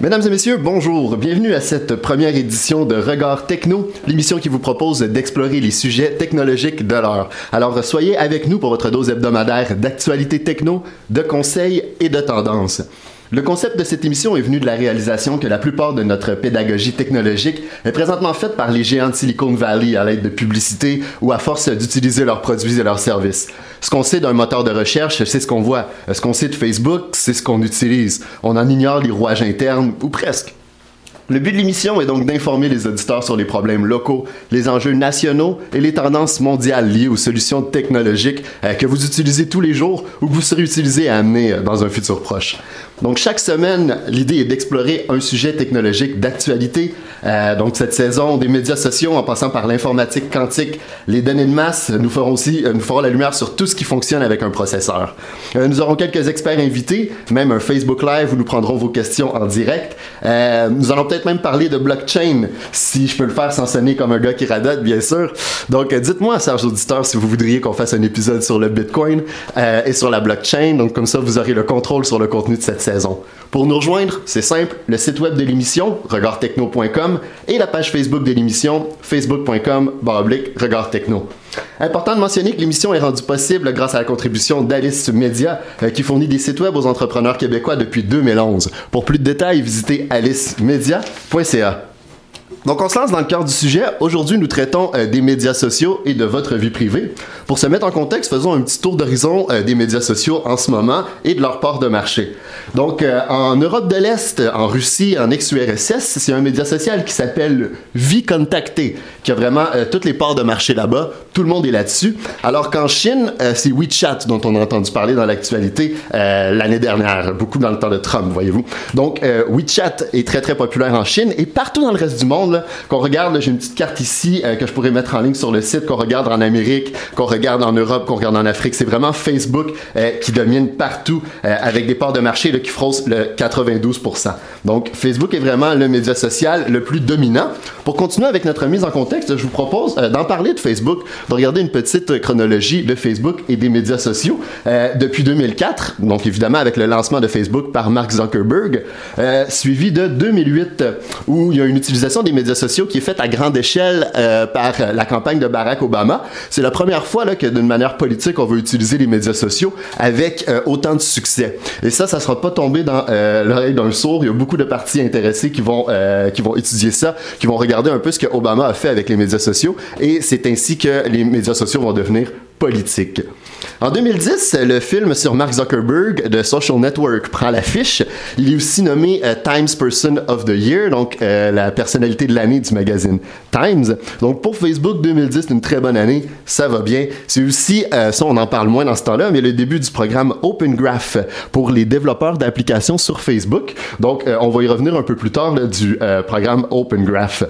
Mesdames et messieurs, bonjour. Bienvenue à cette première édition de Regard Techno, l'émission qui vous propose d'explorer les sujets technologiques de l'heure. Alors, soyez avec nous pour votre dose hebdomadaire d'actualité techno, de conseils et de tendances. Le concept de cette émission est venu de la réalisation que la plupart de notre pédagogie technologique est présentement faite par les géants de Silicon Valley à l'aide de publicité ou à force d'utiliser leurs produits et leurs services. Ce qu'on sait d'un moteur de recherche, c'est ce qu'on voit. Ce qu'on sait de Facebook, c'est ce qu'on utilise. On en ignore les rouages internes, ou presque. Le but de l'émission est donc d'informer les auditeurs sur les problèmes locaux, les enjeux nationaux et les tendances mondiales liées aux solutions technologiques que vous utilisez tous les jours ou que vous serez utilisé à amener dans un futur proche. Donc chaque semaine, l'idée est d'explorer un sujet technologique d'actualité. Donc cette saison, des médias sociaux en passant par l'informatique quantique, les données de masse, nous ferons la lumière sur tout ce qui fonctionne avec un processeur. Nous aurons quelques experts invités, même un Facebook Live où nous prendrons vos questions en direct. Nous allons peut-être même parler de blockchain, si je peux le faire sans sonner comme un gars qui radote, bien sûr. Donc dites-moi, chers auditeurs, si vous voudriez qu'on fasse un épisode sur le Bitcoin et sur la blockchain. Donc comme ça, vous aurez le contrôle sur le contenu de cette saison. Pour nous rejoindre, c'est simple, le site web de l'émission, regardtechno.com, et la page Facebook de l'émission, facebook.com/regardtechno. Important de mentionner que l'émission est rendue possible grâce à la contribution d'Alice Media, qui fournit des sites web aux entrepreneurs québécois depuis 2011. Pour plus de détails, visitez alicemedia.ca. Donc on se lance dans le cœur du sujet. Aujourd'hui, nous traitons des médias sociaux et de votre vie privée. Pour se mettre en contexte, faisons un petit tour d'horizon des médias sociaux en ce moment et de leur part de marché. Donc en Europe de l'Est, en Russie, en ex-URSS, c'est un média social qui s'appelle VKontakte, qui a vraiment toutes les parts de marché là-bas. Tout le monde est là-dessus. Alors qu'en Chine, c'est WeChat dont on a entendu parler dans l'actualité l'année dernière, beaucoup dans le temps de Trump, voyez-vous. Donc WeChat est très très populaire en Chine et partout dans le reste du monde. Qu'on regarde, j'ai une petite carte ici que je pourrais mettre en ligne sur le site, qu'on regarde en Amérique, qu'on regarde en Europe, qu'on regarde en Afrique. C'est vraiment Facebook qui domine partout avec des parts de marché là, qui frôlent le 92%. Donc, Facebook est vraiment le média social le plus dominant. Pour continuer avec notre mise en contexte, je vous propose d'en parler de Facebook, de regarder une petite chronologie de Facebook et des médias sociaux depuis 2004, donc évidemment avec le lancement de Facebook par Mark Zuckerberg, suivi de 2008, où il y a une utilisation des médias sociaux qui est faite à grande échelle par la campagne de Barack Obama. C'est la première fois là, que d'une manière politique, on veut utiliser les médias sociaux avec autant de succès. Et ça sera pas tombé dans l'oreille d'un sourd. Il y a beaucoup de partis intéressés qui vont étudier ça, qui vont regarder un peu ce que Obama a fait avec les médias sociaux. Et c'est ainsi que les médias sociaux vont devenir politiques. En 2010, le film sur Mark Zuckerberg de Social Network prend l'affiche. Il est aussi nommé Times Person of the Year, donc la personnalité de l'année du magazine Times. Donc pour Facebook, 2010, c'est une très bonne année, ça va bien. C'est aussi, ça on en parle moins dans ce temps-là, mais le début du programme Open Graph pour les développeurs d'applications sur Facebook. Donc on va y revenir un peu plus tard là, du programme Open Graph.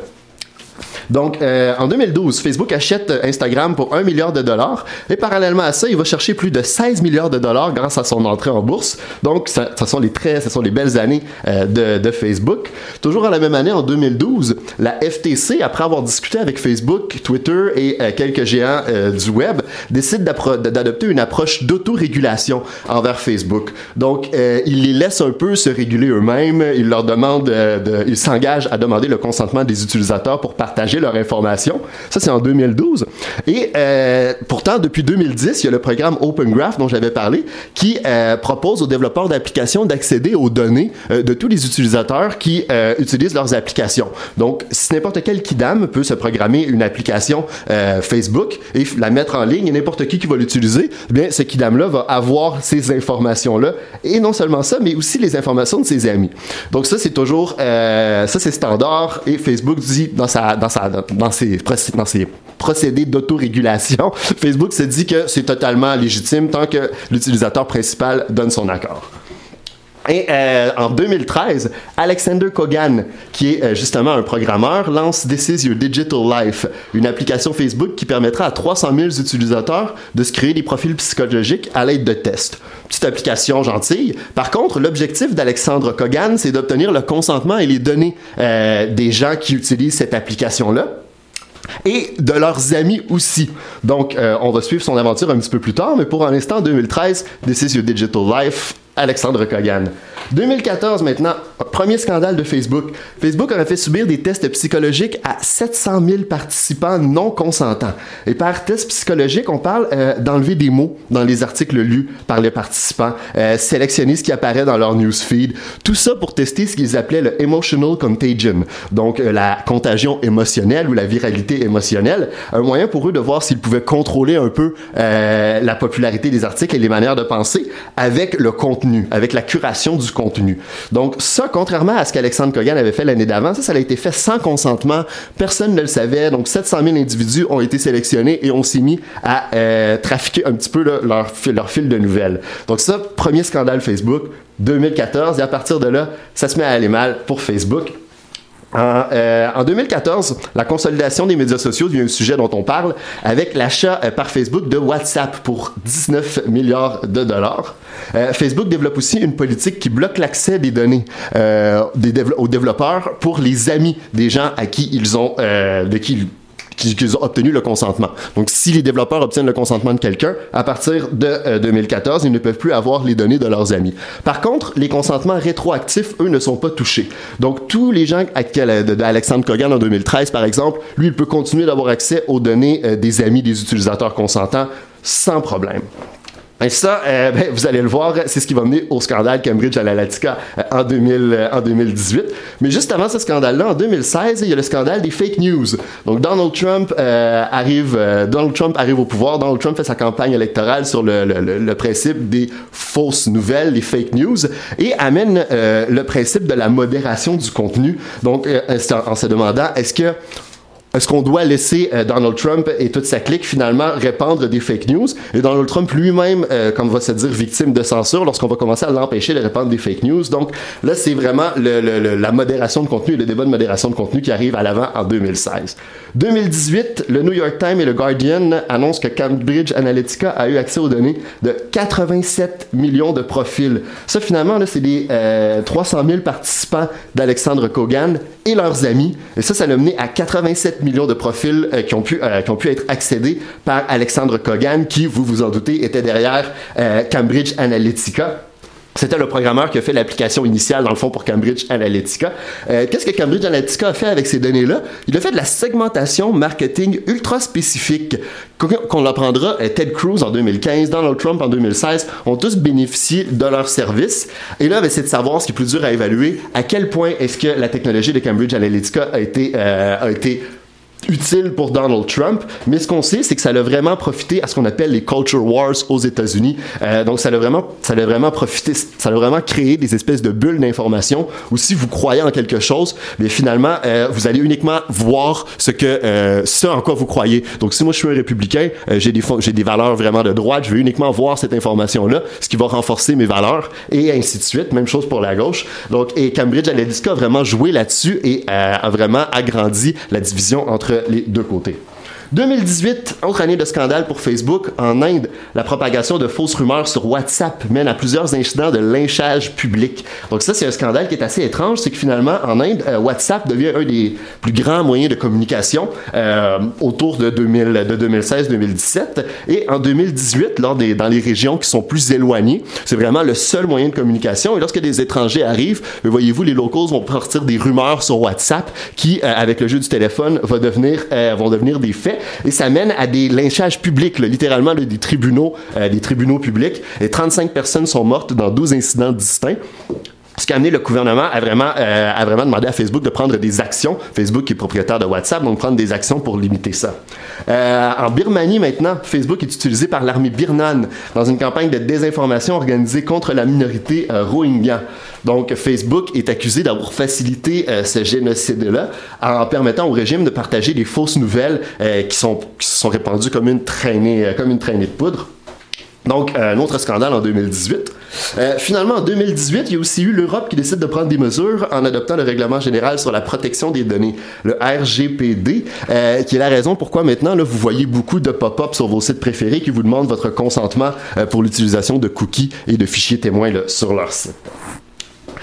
Donc, en 2012, Facebook achète Instagram pour $1 milliard et parallèlement à ça, il va chercher plus de $16 milliards grâce à son entrée en bourse. Donc, ce sont les belles années de Facebook. Toujours en la même année, en 2012, la FTC, après avoir discuté avec Facebook, Twitter et quelques géants du web, décide d'adopter une approche d'autorégulation envers Facebook. Donc, il les laisse un peu se réguler eux-mêmes. Il leur demande, il s'engage à demander le consentement des utilisateurs pour partager leur information. Ça, c'est en 2012. Et pourtant, depuis 2010, il y a le programme Open Graph dont j'avais parlé qui propose aux développeurs d'applications d'accéder aux données de tous les utilisateurs qui utilisent leurs applications. Donc, si n'importe quel kidam peut se programmer une application Facebook et la mettre en ligne et n'importe qui va l'utiliser, eh bien, ce kidam-là va avoir ces informations-là. Et non seulement ça, mais aussi les informations de ses amis. Donc, ça, c'est toujours... ça, c'est standard et Facebook dit dans ses procédés d'autorégulation, Facebook se dit que c'est totalement légitime tant que l'utilisateur principal donne son accord. Et en 2013, Alexander Kogan, qui est justement un programmeur, lance This is Your Digital Life, une application Facebook qui permettra à 300 000 utilisateurs de se créer des profils psychologiques à l'aide de tests. Petite application gentille. Par contre, l'objectif d'Alexander Kogan, c'est d'obtenir le consentement et les données des gens qui utilisent cette application-là. Et de leurs amis aussi. Donc, on va suivre son aventure un petit peu plus tard, mais pour l'instant, en 2013, This is Your Digital Life, Alexander Kogan. 2014 maintenant, premier scandale de Facebook. Facebook aurait fait subir des tests psychologiques à 700 000 participants non consentants. Et par test psychologique, on parle d'enlever des mots dans les articles lus par les participants, sélectionner ce qui apparaît dans leur newsfeed, tout ça pour tester ce qu'ils appelaient le emotional contagion, donc la contagion émotionnelle ou la viralité émotionnelle, un moyen pour eux de voir s'ils pouvaient contrôler un peu la popularité des articles et les manières de penser avec le contenu, avec la curation du contenu. Donc ça, contrairement à ce qu'Alexandre Kogan avait fait l'année d'avant, ça a été fait sans consentement, personne ne le savait, donc 700 000 individus ont été sélectionnés et on s'est mis à trafiquer un petit peu là, leur fil de nouvelles. Donc ça, premier scandale Facebook, 2014, et à partir de là, ça se met à aller mal pour Facebook. En 2014, la consolidation des médias sociaux devient un sujet dont on parle avec l'achat par Facebook de WhatsApp pour 19 milliards de dollars. Facebook développe aussi une politique qui bloque l'accès des données aux développeurs pour les amis des gens à qui ils ont qu'ils ont obtenu le consentement. Donc, si les développeurs obtiennent le consentement de quelqu'un, à partir de 2014, ils ne peuvent plus avoir les données de leurs amis. Par contre, les consentements rétroactifs, eux, ne sont pas touchés. Donc, tous les gens d'Alexandre Kogan en 2013, par exemple, lui, il peut continuer d'avoir accès aux données des amis des utilisateurs consentants sans problème. Et ça, vous allez le voir, c'est ce qui va mener au scandale Cambridge Analytica en 2018. Mais juste avant ce scandale-là, en 2016, il y a le scandale des fake news. Donc Donald Trump arrive au pouvoir. Donald Trump fait sa campagne électorale sur le principe des fausses nouvelles, les fake news, et amène le principe de la modération du contenu. Donc, en se demandant, est-ce qu'on doit laisser Donald Trump et toute sa clique finalement répandre des fake news et Donald Trump lui-même, comme va se dire, victime de censure lorsqu'on va commencer à l'empêcher de répandre des fake news. Donc là, c'est vraiment la modération de contenu et le débat de modération de contenu qui arrive à l'avant en 2016. 2018, le New York Times et le Guardian annoncent que Cambridge Analytica a eu accès aux données de 87 millions de profils. Ça, finalement, là, c'est des 300 000 participants d'Alexandre Kogan et leurs amis. Et ça l'a mené à 87 millions de profils qui ont pu être accédés par Alexandre Kogan, qui, vous vous en doutez, était derrière Cambridge Analytica. C'était le programmeur qui a fait l'application initiale, dans le fond, pour Cambridge Analytica. Qu'est-ce que Cambridge Analytica a fait avec ces données-là? Il a fait de la segmentation marketing ultra spécifique. Qu'on l'apprendra, Ted Cruz en 2015, Donald Trump en 2016, ont tous bénéficié de leurs services. Et là, c'est de savoir, ce qui est plus dur à évaluer, à quel point est-ce que la technologie de Cambridge Analytica a été utile pour Donald Trump, mais ce qu'on sait, c'est que ça a vraiment profité à ce qu'on appelle les culture wars aux États-Unis. Donc, ça a vraiment créé des espèces de bulles d'information où si vous croyez en quelque chose, mais finalement, vous allez uniquement voir ce en quoi vous croyez. Donc, si moi je suis un républicain, j'ai des valeurs vraiment de droite, je vais uniquement voir cette information-là, ce qui va renforcer mes valeurs, et ainsi de suite. Même chose pour la gauche. Donc, et Cambridge Analytica a vraiment joué là-dessus et a vraiment agrandi la division entre les deux côtés. 2018, autre année de scandale pour Facebook. En Inde, la propagation de fausses rumeurs sur WhatsApp mène à plusieurs incidents de lynchage public. Donc ça, c'est un scandale qui est assez étrange. C'est que finalement, en Inde, WhatsApp devient un des plus grands moyens de communication autour de 2016-2017. Et en 2018, dans les régions qui sont plus éloignées, c'est vraiment le seul moyen de communication. Et lorsque des étrangers arrivent, voyez-vous, les locals vont partir des rumeurs sur WhatsApp qui, avec le jeu du téléphone, vont devenir des faits. Et ça mène à des lynchages publics, là, littéralement là, des tribunaux publics. Et 35 personnes sont mortes dans 12 incidents distincts. Ce qui a amené le gouvernement à vraiment demander à Facebook de prendre des actions. Facebook qui est propriétaire de WhatsApp, donc prendre des actions pour limiter ça. En Birmanie, maintenant, Facebook est utilisé par l'armée birmane dans une campagne de désinformation organisée contre la minorité Rohingya. Donc, Facebook est accusé d'avoir facilité ce génocide-là en permettant au régime de partager des fausses nouvelles qui sont répandues comme une traînée de poudre. Donc, un autre scandale en 2018. Finalement, en 2018, il y a aussi eu l'Europe qui décide de prendre des mesures en adoptant le règlement général sur la protection des données, le RGPD, qui est la raison pourquoi maintenant, là, vous voyez beaucoup de pop-up sur vos sites préférés qui vous demandent votre consentement pour l'utilisation de cookies et de fichiers témoins là, sur leur site.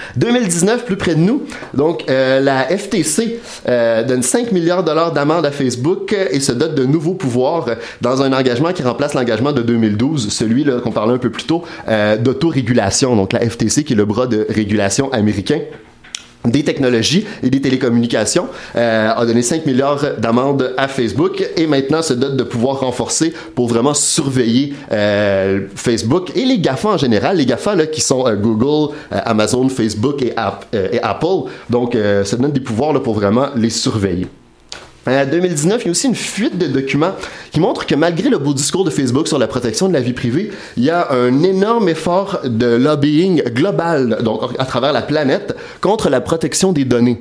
2019, plus près de nous, donc la FTC donne 5 milliards de dollars d'amende à Facebook et se dote de nouveaux pouvoirs dans un engagement qui remplace l'engagement de 2012, celui là, qu'on parlait un peu plus tôt, d'autorégulation. Donc la FTC qui est le bras de régulation américain des technologies et des télécommunications, a donné 5 milliards d'amendes à Facebook et maintenant se dote de pouvoirs renforcés pour vraiment surveiller Facebook et les GAFA en général, les GAFA là, qui sont Google, Amazon, Facebook et Apple, donc se donne des pouvoirs là, pour vraiment les surveiller. En 2019, il y a aussi une fuite de documents qui montre que malgré le beau discours de Facebook sur la protection de la vie privée, il y a un énorme effort de lobbying global, donc à travers la planète, contre la protection des données.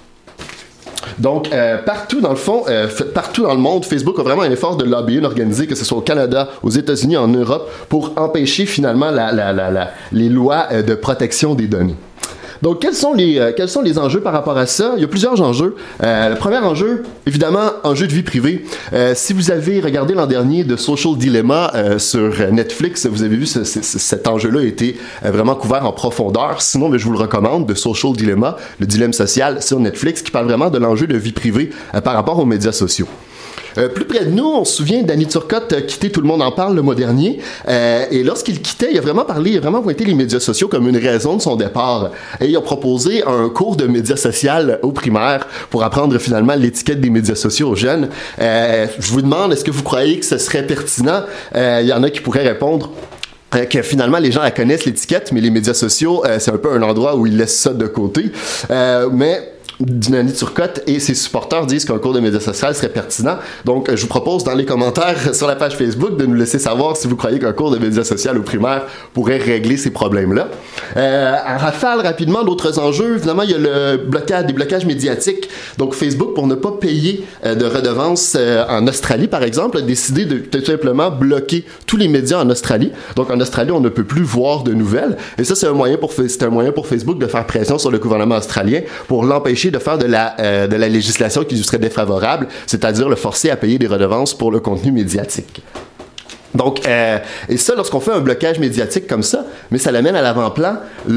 Donc, partout dans le fond, partout dans le monde, Facebook a vraiment un effort de lobbying organisé, que ce soit au Canada, aux États-Unis, en Europe, pour empêcher finalement les lois de protection des données. Donc, quels sont les enjeux par rapport à ça? Il y a plusieurs enjeux. Le premier enjeu, évidemment, enjeu de vie privée. Si vous avez regardé l'an dernier The Social Dilemma sur Netflix, vous avez vu cet enjeu-là a été vraiment couvert en profondeur. Sinon, mais je vous le recommande, The Social Dilemma, le dilemme social sur Netflix, qui parle vraiment de l'enjeu de vie privée par rapport aux médias sociaux. Plus près de nous, on se souvient d'Annie Turcotte quitter Tout le monde en parle le mois dernier. Et lorsqu'il quittait, il a vraiment pointé les médias sociaux comme une raison de son départ. Et il a proposé un cours de médias sociaux au primaire pour apprendre finalement l'étiquette des médias sociaux aux jeunes. Je vous demande, est-ce que vous croyez que ce serait pertinent? Il y en a qui pourraient répondre que finalement les gens la connaissent l'étiquette, mais les médias sociaux, c'est un peu un endroit où ils laissent ça de côté. Mais Annie Turcotte et ses supporters disent qu'un cours de médias sociaux serait pertinent. Donc, je vous propose dans les commentaires sur la page Facebook de nous laisser savoir si vous croyez qu'un cours de médias sociaux au primaire pourrait régler ces problèmes-là. En rafale, rapidement, d'autres enjeux. Évidemment, il y a des blocages médiatiques. Donc, Facebook, pour ne pas payer de redevances en Australie, par exemple, a décidé de tout simplement bloquer tous les médias en Australie. Donc, en Australie, on ne peut plus voir de nouvelles. Et ça, c'est un moyen pour Facebook de faire pression sur le gouvernement australien pour l'empêcher de faire de la législation qui lui serait défavorable, c'est-à-dire le forcer à payer des redevances pour le contenu médiatique. Donc, et ça, lorsqu'on fait un blocage médiatique comme ça, mais ça l'amène à l'avant-plan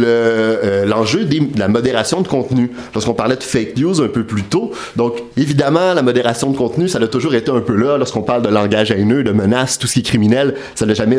l'enjeu de la modération de contenu. Lorsqu'on parlait de fake news un peu plus tôt, donc évidemment, la modération de contenu, ça a toujours été un peu là. Lorsqu'on parle de langage haineux, de menaces, tout ce qui est criminel, ça n'a jamais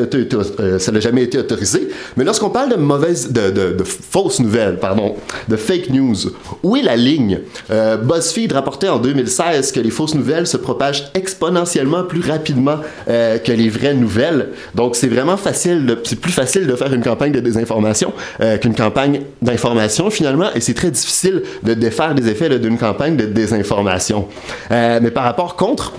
été autorisé. Mais lorsqu'on parle de fausses nouvelles, de fake news, où est la ligne? BuzzFeed rapportait en 2016 que les fausses nouvelles se propagent exponentiellement plus rapidement que les vraies nouvelles. Donc, c'est vraiment c'est plus facile de faire une campagne de désinformation qu'une campagne d'information, finalement, et c'est très difficile de défaire des effets d'une campagne de désinformation. Mais par contre,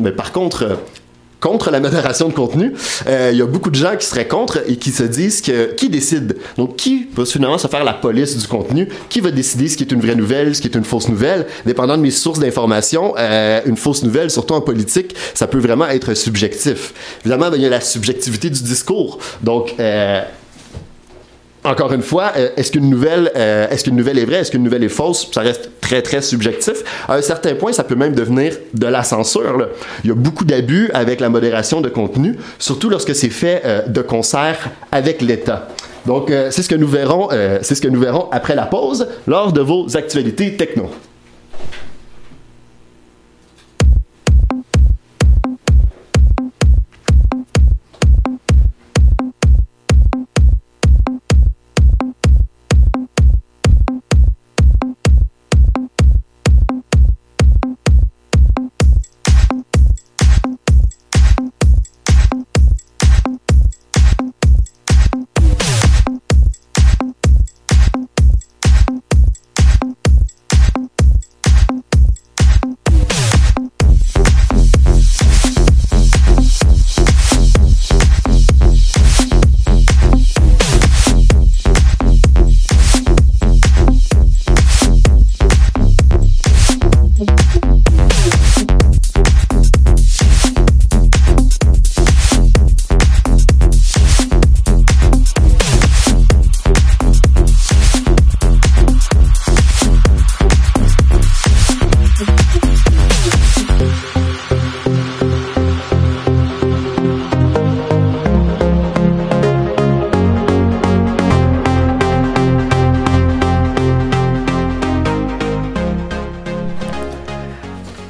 contre la modération de contenu, il y a beaucoup de gens qui seraient contre et qui se disent qui décide? Donc, qui va finalement se faire la police du contenu? Qui va décider ce qui est une vraie nouvelle, ce qui est une fausse nouvelle? Dépendant de mes sources d'information, une fausse nouvelle, surtout en politique, ça peut vraiment être subjectif. Évidemment, il y a la subjectivité du discours. Donc, encore une fois, est-ce qu'une nouvelle est vraie, est-ce qu'une nouvelle est fausse? Ça reste très, très subjectif. À un certain point, ça peut même devenir de la censure, là. Il y a beaucoup d'abus avec la modération de contenu, surtout lorsque c'est fait de concert avec l'État. Donc, c'est ce que nous verrons après la pause, lors de vos actualités techno.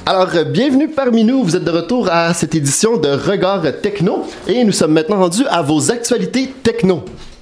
Alors, bienvenue parmi nous. Vous êtes de retour à cette édition de Regard Techno et nous sommes maintenant rendus à vos actualités techno.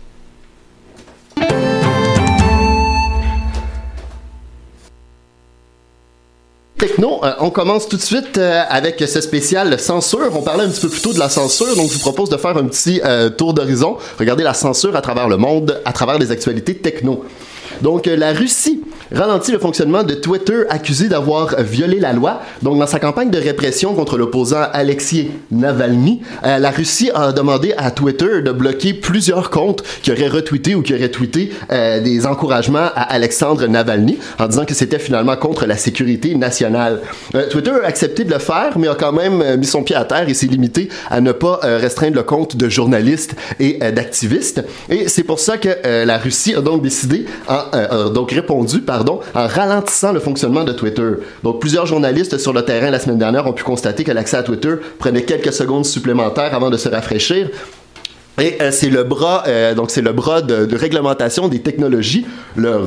Techno, on commence tout de suite avec ce spécial censure. On parlait un petit peu plus tôt de la censure, donc je vous propose de faire un petit tour d'horizon. Regardez la censure à travers le monde, à travers les actualités techno. Donc, la Russie ralentit le fonctionnement de Twitter accusé d'avoir violé la loi. Donc, dans sa campagne de répression contre l'opposant Alexei Navalny, la Russie a demandé à Twitter de bloquer plusieurs comptes qui auraient retweeté ou qui auraient tweeté des encouragements à Alexandre Navalny en disant que c'était finalement contre la sécurité nationale. Twitter a accepté de le faire, mais a quand même mis son pied à terre et s'est limité à ne pas restreindre le compte de journalistes et d'activistes. Et c'est pour ça que la Russie a donc décidé donc répondu, en ralentissant le fonctionnement de Twitter. Donc, plusieurs journalistes sur le terrain la semaine dernière ont pu constater que l'accès à Twitter prenait quelques secondes supplémentaires avant de se rafraîchir. Et c'est le bras de réglementation des technologies, le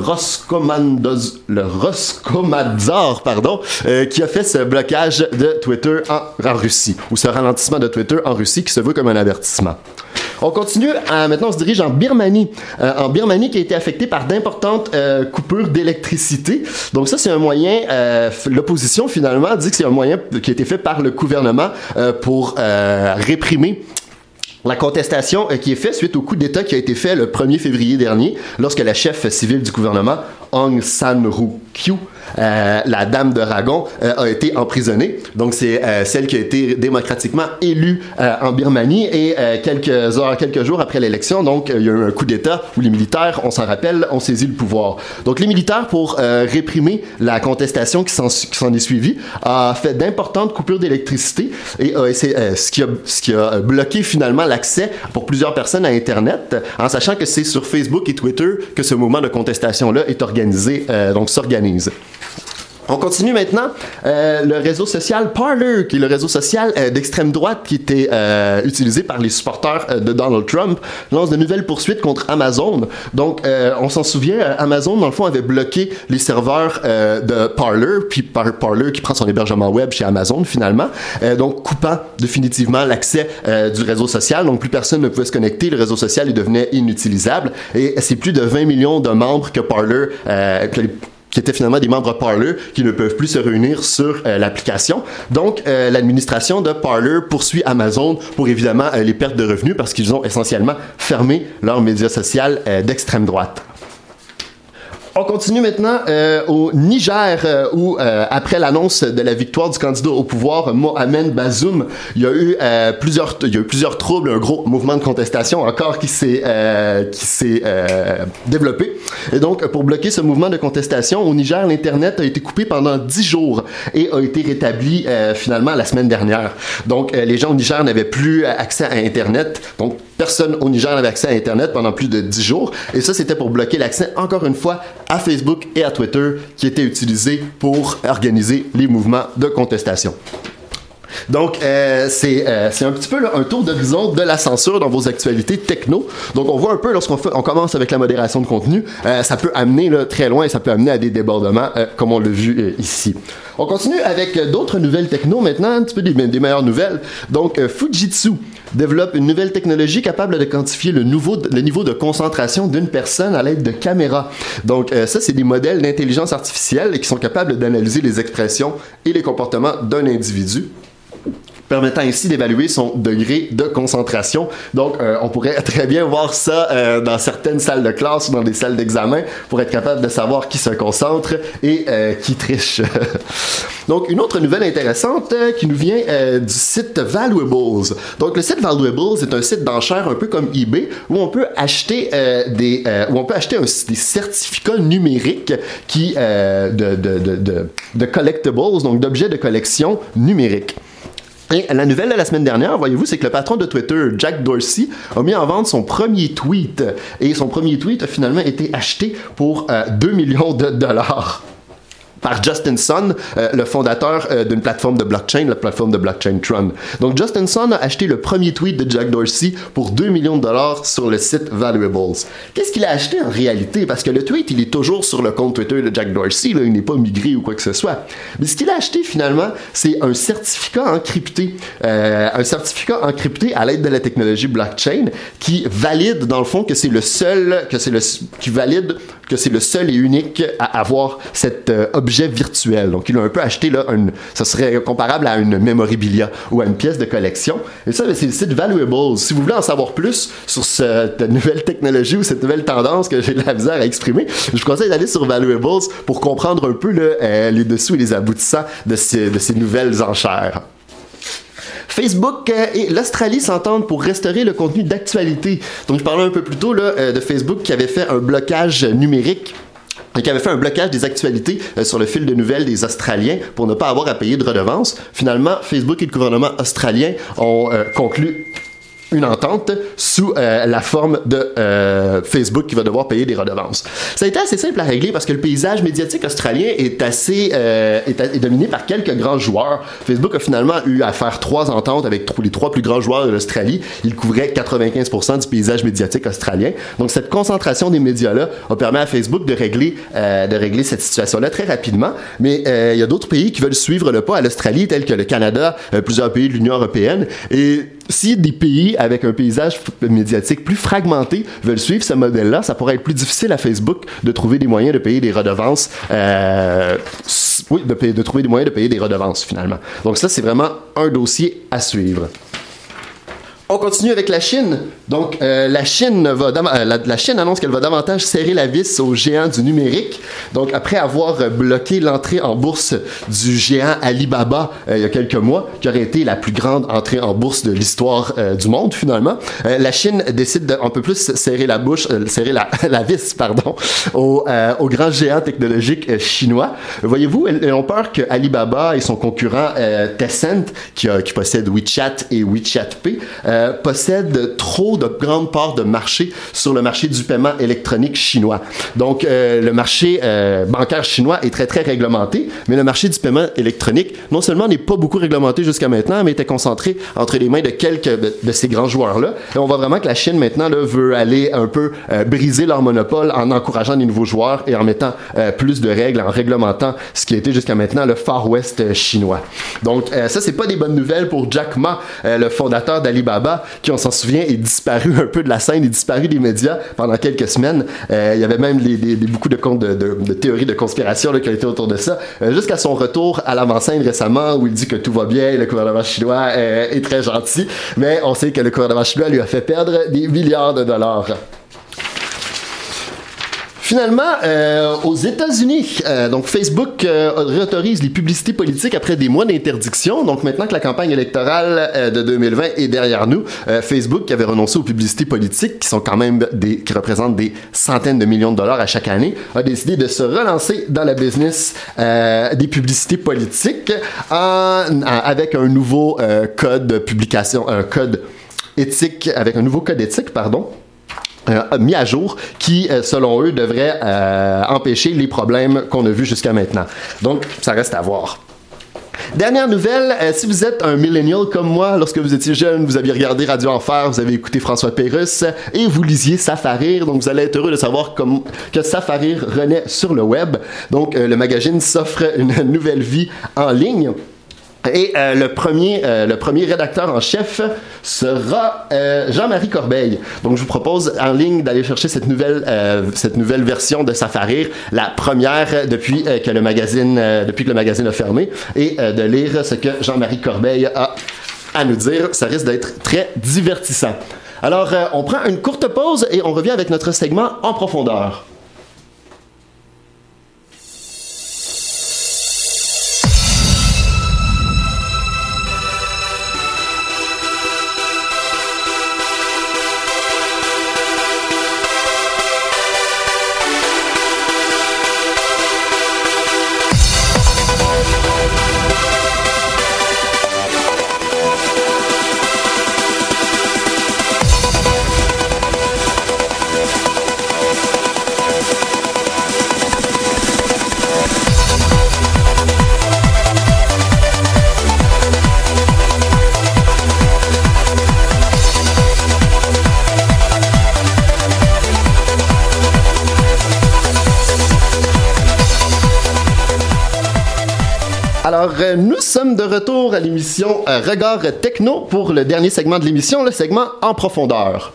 Roskomnadzor, qui a fait ce blocage de Twitter en Russie, ou ce ralentissement de Twitter en Russie qui se veut comme un avertissement. On continue, maintenant on se dirige en Birmanie. En Birmanie qui a été affectée par d'importantes coupures d'électricité. Donc ça c'est un moyen, l'opposition finalement dit que c'est un moyen qui a été fait par le gouvernement pour réprimer la contestation qui est faite suite au coup d'État qui a été fait le 1er février dernier lorsque la chef civile du gouvernement, Aung San Suu Kyi, la dame de Ragon, a été emprisonnée. Donc c'est celle qui a été démocratiquement élue en Birmanie et quelques jours après l'élection, donc il y a eu un coup d'État où les militaires, on s'en rappelle, ont saisi le pouvoir. Donc les militaires, pour réprimer la contestation qui s'en est suivie, a fait d'importantes coupures d'électricité et ce qui a bloqué finalement l'accès pour plusieurs personnes à Internet, en sachant que c'est sur Facebook et Twitter que ce mouvement de contestation-là est organisé, donc s'organise. On continue maintenant. Le réseau social Parler, qui est le réseau social d'extrême droite qui était utilisé par les supporters de Donald Trump, lance de nouvelles poursuites contre Amazon. Donc, on s'en souvient, Amazon, dans le fond, avait bloqué les serveurs de Parler, puis Parler qui prend son hébergement web chez Amazon, finalement, donc coupant définitivement l'accès du réseau social. Donc, plus personne ne pouvait se connecter, le réseau social devenait inutilisable. Et c'est plus de 20 millions de membres que Parler, qui étaient finalement des membres Parler qui ne peuvent plus se réunir sur l'application. Donc, l'administration de Parler poursuit Amazon pour évidemment les pertes de revenus parce qu'ils ont essentiellement fermé leur média social d'extrême droite. On continue maintenant au Niger où, après l'annonce de la victoire du candidat au pouvoir, Mohamed Bazoum, il y a eu plusieurs troubles, un gros mouvement de contestation encore qui s'est développé. Et donc, pour bloquer ce mouvement de contestation, au Niger, l'Internet a été coupé pendant 10 jours et a été rétabli finalement la semaine dernière. Donc, les gens au Niger n'avaient plus accès à Internet. Donc, personne au Niger n'avait accès à Internet pendant plus de 10 jours. Et ça, c'était pour bloquer l'accès, encore une fois, à Facebook et à Twitter qui étaient utilisés pour organiser les mouvements de contestation. Donc, c'est un petit peu là, un tour d'horizon de la censure dans vos actualités techno. Donc, on voit un peu, lorsqu'on commence avec la modération de contenu, ça peut amener là, très loin et ça peut amener à des débordements, comme on l'a vu ici. On continue avec d'autres nouvelles techno maintenant, un petit peu des meilleures nouvelles. Donc, Fujitsu développe une nouvelle technologie capable de quantifier le niveau de concentration d'une personne à l'aide de caméras. Donc, ça, c'est des modèles d'intelligence artificielle qui sont capables d'analyser les expressions et les comportements d'un individu, permettant ainsi d'évaluer son degré de concentration. Donc, on pourrait très bien voir ça dans certaines salles de classe ou dans des salles d'examen pour être capable de savoir qui se concentre et qui triche. Donc, une autre nouvelle intéressante qui nous vient du site Valuables. Donc, le site Valuables est un site d'enchères un peu comme eBay où on peut acheter des certificats numériques de collectibles, donc d'objets de collection numériques. Et la nouvelle de la semaine dernière, voyez-vous, c'est que le patron de Twitter, Jack Dorsey, a mis en vente son premier tweet. Et son premier tweet a finalement été acheté pour 2 millions de dollars. par Justin Sun, le fondateur d'une plateforme de blockchain, la plateforme de blockchain Tron. Donc, Justin Sun a acheté le premier tweet de Jack Dorsey pour $2 millions sur le site Valuables. Qu'est-ce qu'il a acheté en réalité? Parce que le tweet, il est toujours sur le compte Twitter de Jack Dorsey, là, il n'est pas migré ou quoi que ce soit. Mais ce qu'il a acheté finalement, c'est un certificat encrypté. Un certificat encrypté à l'aide de la technologie blockchain qui valide, dans le fond, que c'est le seul, qui valide que c'est le seul et unique à avoir cet objet virtuel. Donc, il a un peu acheté, là, ça serait comparable à une memorabilia ou à une pièce de collection. Et ça, c'est le site Valuables. Si vous voulez en savoir plus sur cette nouvelle technologie ou cette nouvelle tendance que j'ai de la misère à exprimer, je vous conseille d'aller sur Valuables pour comprendre un peu les dessous et les aboutissants de ces nouvelles enchères. Facebook et l'Australie s'entendent pour restaurer le contenu d'actualité. Donc, je parlais un peu plus tôt là, de Facebook qui avait fait un blocage numérique et qui avait fait un blocage des actualités sur le fil de nouvelles des Australiens pour ne pas avoir à payer de redevances. Finalement, Facebook et le gouvernement australien ont conclu une entente sous la forme de Facebook qui va devoir payer des redevances. Ça a été assez simple à régler parce que le paysage médiatique australien est dominé par quelques grands joueurs. Facebook a finalement eu à faire 3 ententes avec les 3 plus grands joueurs de l'Australie. Ils couvraient 95% du paysage médiatique australien. Donc cette concentration des médias-là a permis à Facebook de régler cette situation-là très rapidement. Mais il y a d'autres pays qui veulent suivre le pas à l'Australie, tels que le Canada, plusieurs pays de l'Union européenne. Et si des pays avec un paysage médiatique plus fragmenté veulent suivre ce modèle-là, ça pourrait être plus difficile à Facebook de trouver des moyens de payer des redevances. De trouver des moyens de payer des redevances, finalement. Donc ça, c'est vraiment un dossier à suivre. On continue avec la Chine. Donc, la Chine annonce qu'elle va davantage serrer la vis aux géants du numérique. Donc, après avoir bloqué l'entrée en bourse du géant Alibaba il y a quelques mois, qui aurait été la plus grande entrée en bourse de l'histoire du monde, finalement, la Chine décide d'un peu plus serrer la vis, aux grands géants technologiques chinois. Voyez-vous, ils ont peur que Alibaba et son concurrent Tencent, qui possède WeChat et WeChat Pay, possède trop de grandes parts de marché sur le marché du paiement électronique chinois. Donc, le marché bancaire chinois est très, très réglementé, mais le marché du paiement électronique, non seulement n'est pas beaucoup réglementé jusqu'à maintenant, mais était concentré entre les mains de quelques de ces grands joueurs-là. Et on voit vraiment que la Chine, maintenant, là, veut aller un peu briser leur monopole en encourageant des nouveaux joueurs et en mettant plus de règles, en réglementant ce qui a été jusqu'à maintenant le Far West chinois. Donc, ça, c'est pas des bonnes nouvelles pour Jack Ma, le fondateur d'Alibaba, qui, on s'en souvient, est disparu un peu de la scène, est disparu des médias pendant quelques semaines. Il y avait même beaucoup de théories de conspiration là, qui ont été autour de ça, jusqu'à son retour à l'avant-scène récemment, où il dit que tout va bien, le gouvernement chinois est très gentil, mais on sait que le gouvernement chinois lui a fait perdre des milliards de dollars. Finalement, aux États-Unis, donc Facebook réautorise les publicités politiques après des mois d'interdiction. Donc maintenant que la campagne électorale de 2020 est derrière nous, Facebook, qui avait renoncé aux publicités politiques, qui sont quand même qui représentent des centaines de millions de dollars à chaque année, a décidé de se relancer dans la business des publicités politiques avec un nouveau code de publication, avec un nouveau code éthique, mis à jour, qui, selon eux, devrait empêcher les problèmes qu'on a vus jusqu'à maintenant. Donc, ça reste à voir. Dernière nouvelle, si vous êtes un millennial comme moi, lorsque vous étiez jeune, vous aviez regardé Radio Enfer, vous avez écouté François Pérusse et vous lisiez Ça fait rire, donc vous allez être heureux de savoir que Ça fait rire renaît sur le web. Donc, le magazine s'offre une nouvelle vie en ligne. Et le premier rédacteur en chef sera Jean-Marie Corbeil. Donc, je vous propose en ligne d'aller chercher cette nouvelle version de Ça fait rire, la première depuis que le magazine a fermé, et de lire ce que Jean-Marie Corbeil a à nous dire. Ça risque d'être très divertissant. Alors, on prend une courte pause et on revient avec notre segment En profondeur. Alors, nous sommes de retour à l'émission Regard Techno pour le dernier segment de l'émission, le segment En profondeur.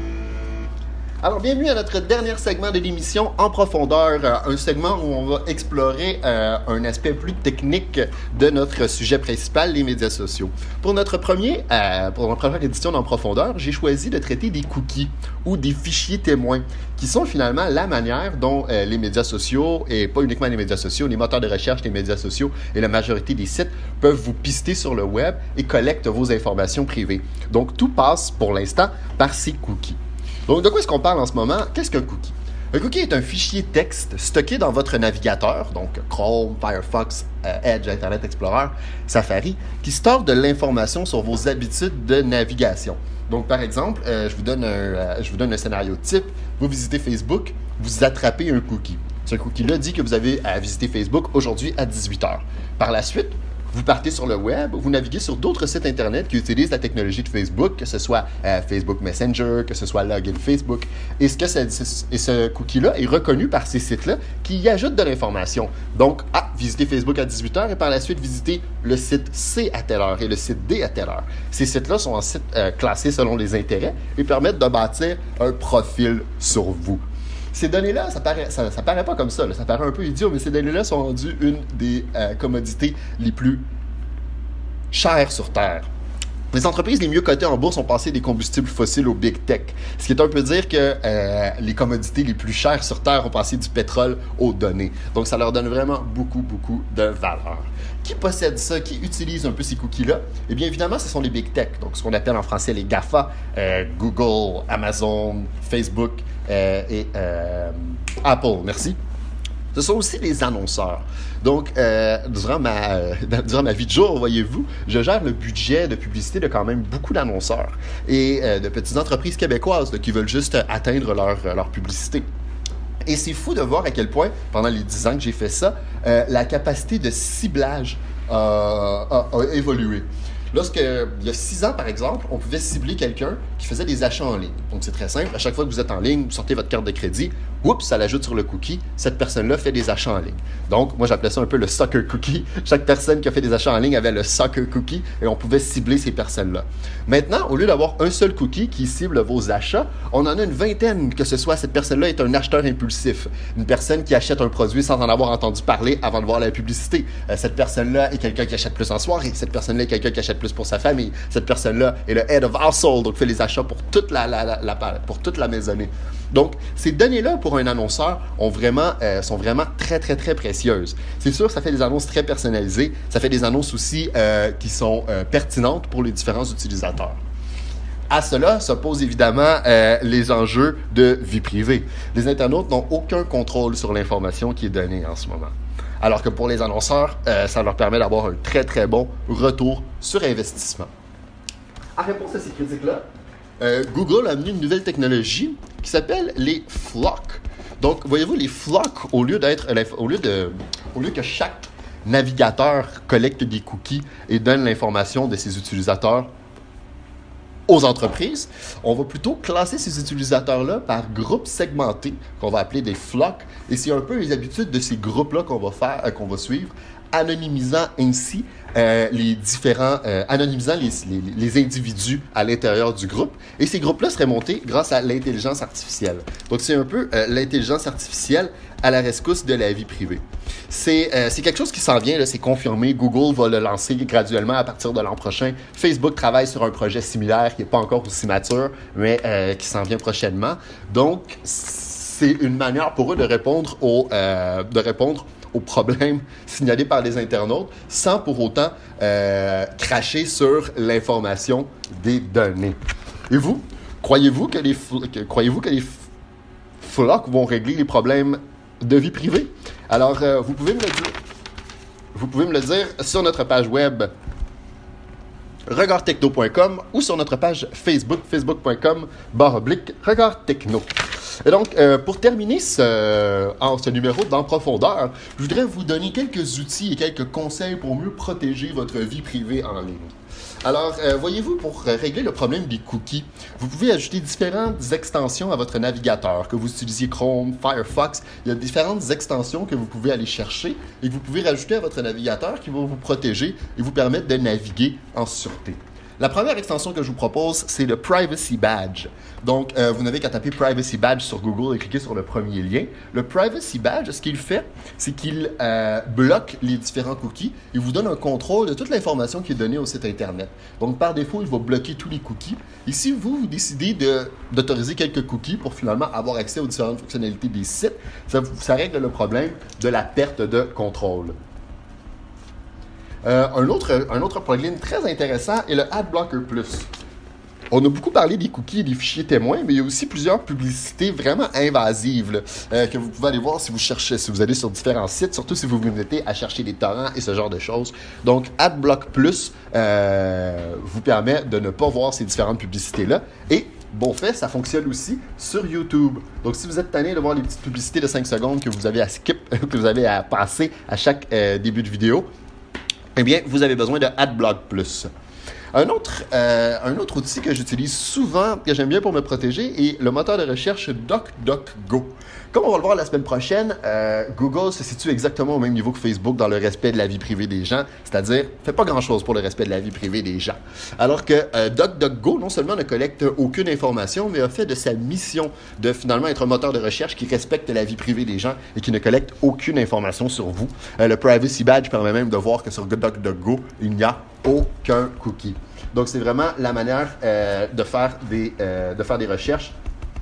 Alors, bienvenue à notre dernier segment de l'émission En profondeur, un segment où on va explorer un aspect plus technique de notre sujet principal, les médias sociaux. Pour notre première édition d'En profondeur, j'ai choisi de traiter des cookies ou des fichiers témoins, qui sont finalement la manière dont les médias sociaux, et pas uniquement les médias sociaux, les moteurs de recherche, les médias sociaux et la majorité des sites peuvent vous pister sur le web et collectent vos informations privées. Donc, tout passe pour l'instant par ces cookies. Donc, de quoi est-ce qu'on parle en ce moment? Qu'est-ce qu'un cookie? Un cookie est un fichier texte stocké dans votre navigateur, donc Chrome, Firefox, Edge, Internet Explorer, Safari, qui store de l'information sur vos habitudes de navigation. Donc, par exemple, je vous donne un scénario type. Vous visitez Facebook, vous attrapez un cookie. Ce cookie-là dit que vous avez à visiter Facebook aujourd'hui à 18h. Par la suite, vous partez sur le web, vous naviguez sur d'autres sites Internet qui utilisent la technologie de Facebook, que ce soit Facebook Messenger, que ce soit Login Facebook. Et ce cookie-là est reconnu par ces sites-là qui y ajoutent de l'information. Donc, visitez Facebook à 18h et par la suite, visitez le site C à telle heure et le site D à telle heure. Ces sites-là sont ensuite classés selon les intérêts et permettent de bâtir un profil sur vous. Ces données-là, ça paraît pas comme ça, ça paraît un peu idiot, mais ces données-là sont rendues une des commodités les plus chères sur Terre. Les entreprises les mieux cotées en bourse ont passé des combustibles fossiles au big tech, ce qui est un peu dire que les commodités les plus chères sur Terre ont passé du pétrole aux données. Donc, ça leur donne vraiment beaucoup, beaucoup de valeur. Qui possède ça, qui utilise un peu ces cookies-là? Eh bien, évidemment, ce sont les big tech, donc ce qu'on appelle en français les GAFA, Google, Amazon, Facebook et Apple, merci. Ce sont aussi les annonceurs. Donc, durant ma vie de jour, voyez-vous, je gère le budget de publicité de quand même beaucoup d'annonceurs et de petites entreprises québécoises qui veulent juste atteindre leur publicité. Et c'est fou de voir à quel point, pendant les 10 ans que j'ai fait ça, la capacité de ciblage a évolué. Il y a 6 ans, par exemple, on pouvait cibler quelqu'un qui faisait des achats en ligne. Donc, c'est très simple. À chaque fois que vous êtes en ligne, vous sortez votre carte de crédit, ça l'ajoute sur le cookie. Cette personne-là fait des achats en ligne. Donc, moi, j'appelais ça un peu le soccer cookie. Chaque personne qui a fait des achats en ligne avait le soccer cookie et on pouvait cibler ces personnes-là. Maintenant, au lieu d'avoir un seul cookie qui cible vos achats, on en a une vingtaine, que ce soit cette personne-là est un acheteur impulsif, une personne qui achète un produit sans en avoir entendu parler avant de voir la publicité. Cette personne-là est quelqu'un qui achète plus en soirée. Cette personne-là est quelqu'un qui achète plus pour sa famille. Cette personne-là est le head of household, donc fait les achats pour toute la maisonnée. Donc, ces données-là, pour un annonceur, sont vraiment très, très, très précieuses. C'est sûr, ça fait des annonces très personnalisées. Ça fait des annonces aussi qui sont pertinentes pour les différents utilisateurs. À cela s'opposent évidemment les enjeux de vie privée. Les internautes n'ont aucun contrôle sur l'information qui est donnée en ce moment. Alors que pour les annonceurs, ça leur permet d'avoir un très, très bon retour sur investissement. En réponse à ces critiques-là, Google a amené une nouvelle technologie qui s'appelle les flocks. Donc, voyez-vous, les flocks, au lieu que chaque navigateur collecte des cookies et donne l'information de ses utilisateurs aux entreprises, on va plutôt classer ces utilisateurs-là par groupes segmentés, qu'on va appeler des flocks, et c'est un peu les habitudes de ces groupes-là qu'on va suivre, anonymisant ainsi les individus à l'intérieur du groupe. Et ces groupes-là seraient montés grâce à l'intelligence artificielle. Donc, c'est un peu l'intelligence artificielle à la rescousse de la vie privée. C'est quelque chose qui s'en vient, là, c'est confirmé. Google va le lancer graduellement à partir de l'an prochain. Facebook travaille sur un projet similaire qui n'est pas encore aussi mature, mais qui s'en vient prochainement. Donc, c'est une manière pour eux de répondre aux problèmes signalés par les internautes sans pour autant cracher sur l'information des données. Et vous, croyez-vous que les flocks vont régler les problèmes de vie privée? Alors, vous pouvez me le dire sur notre page web regardtechno.com ou sur notre page Facebook, facebook.com/regardtechno. Et donc, pour terminer ce numéro d'En profondeur, je voudrais vous donner quelques outils et quelques conseils pour mieux protéger votre vie privée en ligne. Alors, voyez-vous, pour régler le problème des cookies, vous pouvez ajouter différentes extensions à votre navigateur, que vous utilisiez Chrome, Firefox. Il y a différentes extensions que vous pouvez aller chercher et que vous pouvez rajouter à votre navigateur qui vont vous protéger et vous permettre de naviguer en sûreté. La première extension que je vous propose, c'est le Privacy Badge. Donc, vous n'avez qu'à taper Privacy Badge sur Google et cliquer sur le premier lien. Le Privacy Badge, ce qu'il fait, c'est qu'il bloque les différents cookies et vous donne un contrôle de toute l'information qui est donnée au site Internet. Donc, par défaut, il va bloquer tous les cookies. Et si vous décidez d'autoriser quelques cookies pour finalement avoir accès aux différentes fonctionnalités des sites, ça règle le problème de la perte de contrôle. Un autre plugin très intéressant est le AdBlocker Plus. On a beaucoup parlé des cookies et des fichiers témoins, mais il y a aussi plusieurs publicités vraiment invasives que vous pouvez aller voir si vous allez sur différents sites, surtout si vous vous mettez à chercher des torrents et ce genre de choses. Donc, AdBlock Plus vous permet de ne pas voir ces différentes publicités-là. Et bon fait, ça fonctionne aussi sur YouTube. Donc, si vous êtes tanné de voir les petites publicités de 5 secondes que vous avez à que vous avez à passer à chaque début de vidéo, eh bien, vous avez besoin de AdBlock Plus. Un autre outil que j'utilise souvent, que j'aime bien pour me protéger, est le moteur de recherche DuckDuckGo. Comme on va le voir la semaine prochaine, Google se situe exactement au même niveau que Facebook dans le respect de la vie privée des gens, c'est-à-dire ne fait pas grand-chose pour le respect de la vie privée des gens. Alors que DuckDuckGo, non seulement ne collecte aucune information, mais a fait de sa mission de finalement être un moteur de recherche qui respecte la vie privée des gens et qui ne collecte aucune information sur vous. Le Privacy Badge permet même de voir que sur DuckDuckGo, il n'y a aucun cookie. Donc, c'est vraiment la manière de faire des recherches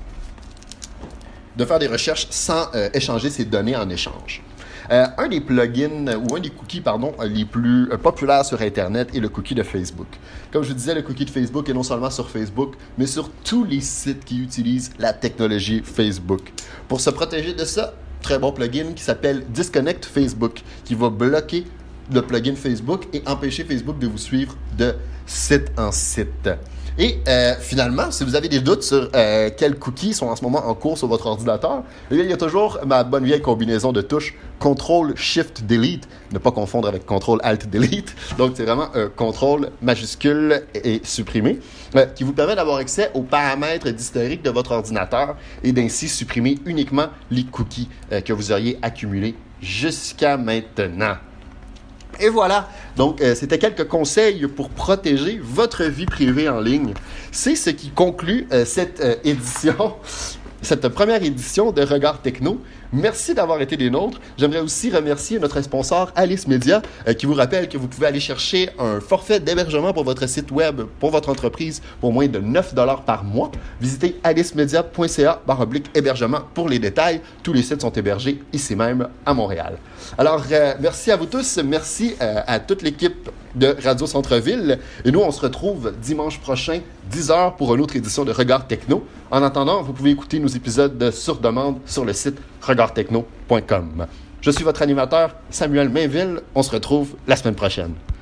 sans échanger ces données en échange. Un des plugins ou un des cookies les plus populaires sur Internet est le cookie de Facebook. Comme je vous disais, le cookie de Facebook est non seulement sur Facebook, mais sur tous les sites qui utilisent la technologie Facebook. Pour se protéger de ça, très bon plugin qui s'appelle Disconnect Facebook, qui va bloquer le plugin Facebook et empêcher Facebook de vous suivre de site en site. Et finalement, si vous avez des doutes sur quels cookies sont en ce moment en cours sur votre ordinateur, eh bien, il y a toujours ma bonne vieille combinaison de touches Ctrl-Shift-Delete, ne pas confondre avec Ctrl-Alt-Delete. Donc, c'est vraiment un Ctrl majuscule et supprimé, qui vous permet d'avoir accès aux paramètres d'historique de votre ordinateur et d'ainsi supprimer uniquement les cookies que vous auriez accumulés jusqu'à maintenant. Et voilà, donc c'était quelques conseils pour protéger votre vie privée en ligne. C'est ce qui conclut cette première édition de Regard Techno. Merci d'avoir été des nôtres. J'aimerais aussi remercier notre sponsor Alice Media qui vous rappelle que vous pouvez aller chercher un forfait d'hébergement pour votre site web, pour votre entreprise, pour moins de 9 $ par mois. Visitez alicemedia.ca/hébergement pour les détails. Tous les sites sont hébergés ici même à Montréal. Alors, merci à vous tous. Merci à toute l'équipe de Radio Centre-Ville. Et nous, on se retrouve dimanche prochain, 10h, pour une autre édition de Regard Techno. En attendant, vous pouvez écouter nos épisodes sur demande sur le site regardtechno.com. Je suis votre animateur, Samuel Mainville. On se retrouve la semaine prochaine.